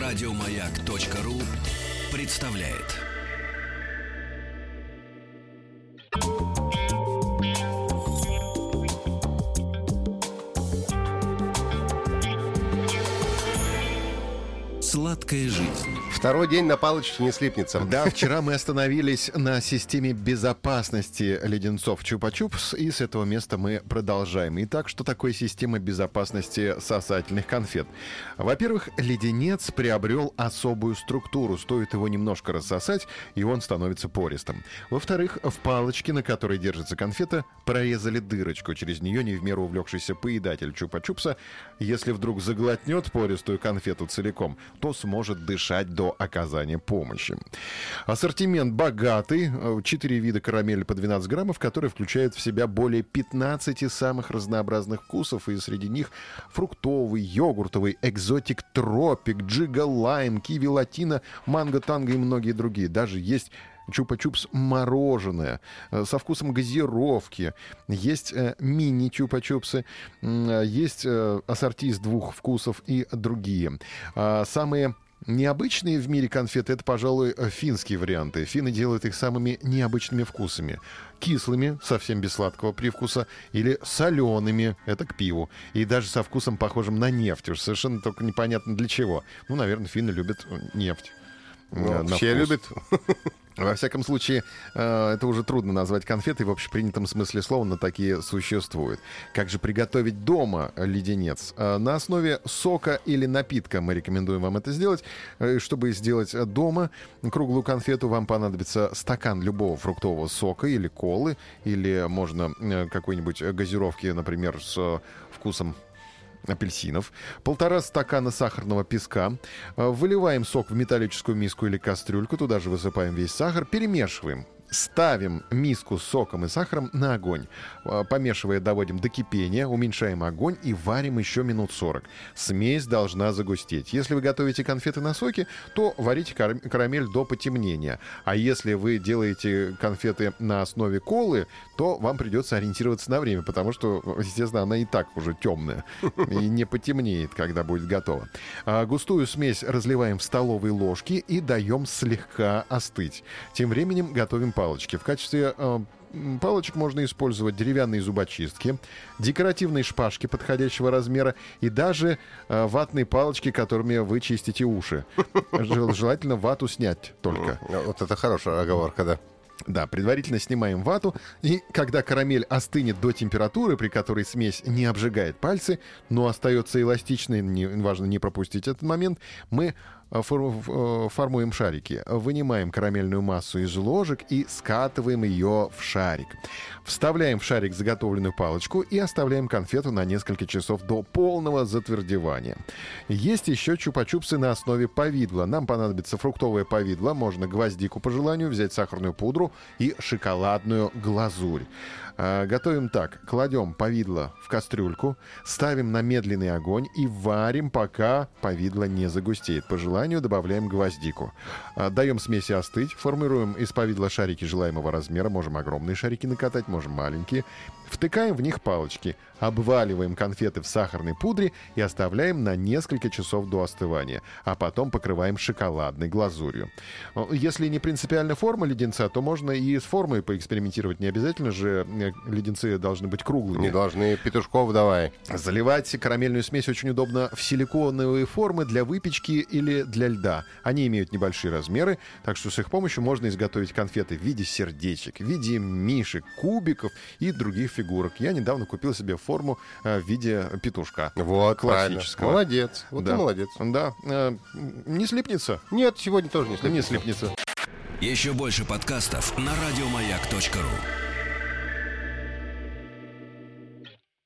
Радиомаяк.ру представляет. Сладкая жизнь. Второй день на палочке не слипнется. Да, вчера мы остановились на системе безопасности леденцов Чупа-Чупс, и с этого места мы продолжаем. Итак, что такое система безопасности сосательных конфет? Во-первых, леденец приобрел особую структуру. Стоит его немножко рассосать, и он становится пористым. Во-вторых, в палочке, на которой держится конфета, прорезали дырочку. Через нее не в меру увлекшийся поедатель Чупа-Чупса, если вдруг заглотнет пористую конфету целиком, то сможет дышать до оказания помощи. Ассортимент богатый. 4 вида карамели по 12 граммов, которые включают в себя более 15 самых разнообразных вкусов. И среди них фруктовый, йогуртовый, экзотик тропик, джига лайм, киви латино, манго танго и многие другие. Даже есть Чупа-Чупс мороженое со вкусом газировки. Есть мини-Чупа-Чупсы. Есть ассорти из 2 вкусов и другие. Самые необычные в мире конфеты — это, пожалуй, финские варианты. Финны делают их самыми необычными вкусами. Кислыми, совсем без сладкого привкуса, или солеными, это к пиву. И даже со вкусом, похожим на нефть. Уж совершенно только непонятно для чего. Ну, наверное, финны любят нефть. Все любят. Во всяком случае, это уже трудно назвать конфетой в общепринятом смысле слова, но такие существуют. Как же приготовить дома леденец? На основе сока или напитка мы рекомендуем вам это сделать. Чтобы сделать дома круглую конфету, вам понадобится стакан любого фруктового сока или колы, или можно какой-нибудь газировки, например, с вкусом апельсинов, 1,5 стакана сахарного песка, выливаем сок в металлическую миску или кастрюльку, туда же высыпаем весь сахар, перемешиваем. Ставим миску с соком и сахаром на огонь. Помешивая, доводим до кипения, уменьшаем огонь и варим еще минут 40. Смесь должна загустеть. Если вы готовите конфеты на соке, то варите карамель до потемнения. А если вы делаете конфеты на основе колы, то вам придется ориентироваться на время, потому что, естественно, она и так уже темная и не потемнеет, когда будет готова. Густую смесь разливаем в столовые ложки и даем слегка остыть. Тем временем готовим палочки. В качестве палочек можно использовать деревянные зубочистки, декоративные шпажки подходящего размера и даже ватные палочки, которыми вы чистите уши. Желательно вату снять только. Вот это хорошая оговорка, да. Да, предварительно снимаем вату, и когда карамель остынет до температуры, при которой смесь не обжигает пальцы, но остается эластичной, важно не пропустить этот момент, мы формуем шарики. Вынимаем карамельную массу из ложек и скатываем ее в шарик. Вставляем в шарик заготовленную палочку и оставляем конфету на несколько часов до полного затвердевания. Есть еще чупа-чупсы на основе повидла. Нам понадобится фруктовое повидло, можно гвоздику по желанию, взять сахарную пудру и шоколадную глазурь. Готовим так. Кладем повидло в кастрюльку, ставим на медленный огонь и варим, пока повидло не загустеет. По желанию добавляем гвоздику. Даем смеси остыть, формируем из повидла шарики желаемого размера. Можем огромные шарики накатать, можем маленькие. Втыкаем в них палочки, обваливаем конфеты в сахарной пудре и оставляем на несколько часов до остывания, а потом покрываем шоколадной глазурью. Если не принципиальна форма леденца, то можно и с формой поэкспериментировать. Не обязательно же леденцы должны быть круглыми. Не должны. Петушков давай. Заливать карамельную смесь очень удобно в силиконовые формы для выпечки или для льда. Они имеют небольшие размеры, так что с их помощью можно изготовить конфеты в виде сердечек, в виде мишек, кубиков и других фигурок. Я недавно купил себе форму в виде петушка. Вот, классического. Молодец. Вот да. ты молодец. Да. Не слипнется? Нет, сегодня тоже не слипнется. Не слипнется. Еще больше подкастов на радиомаяк.ру.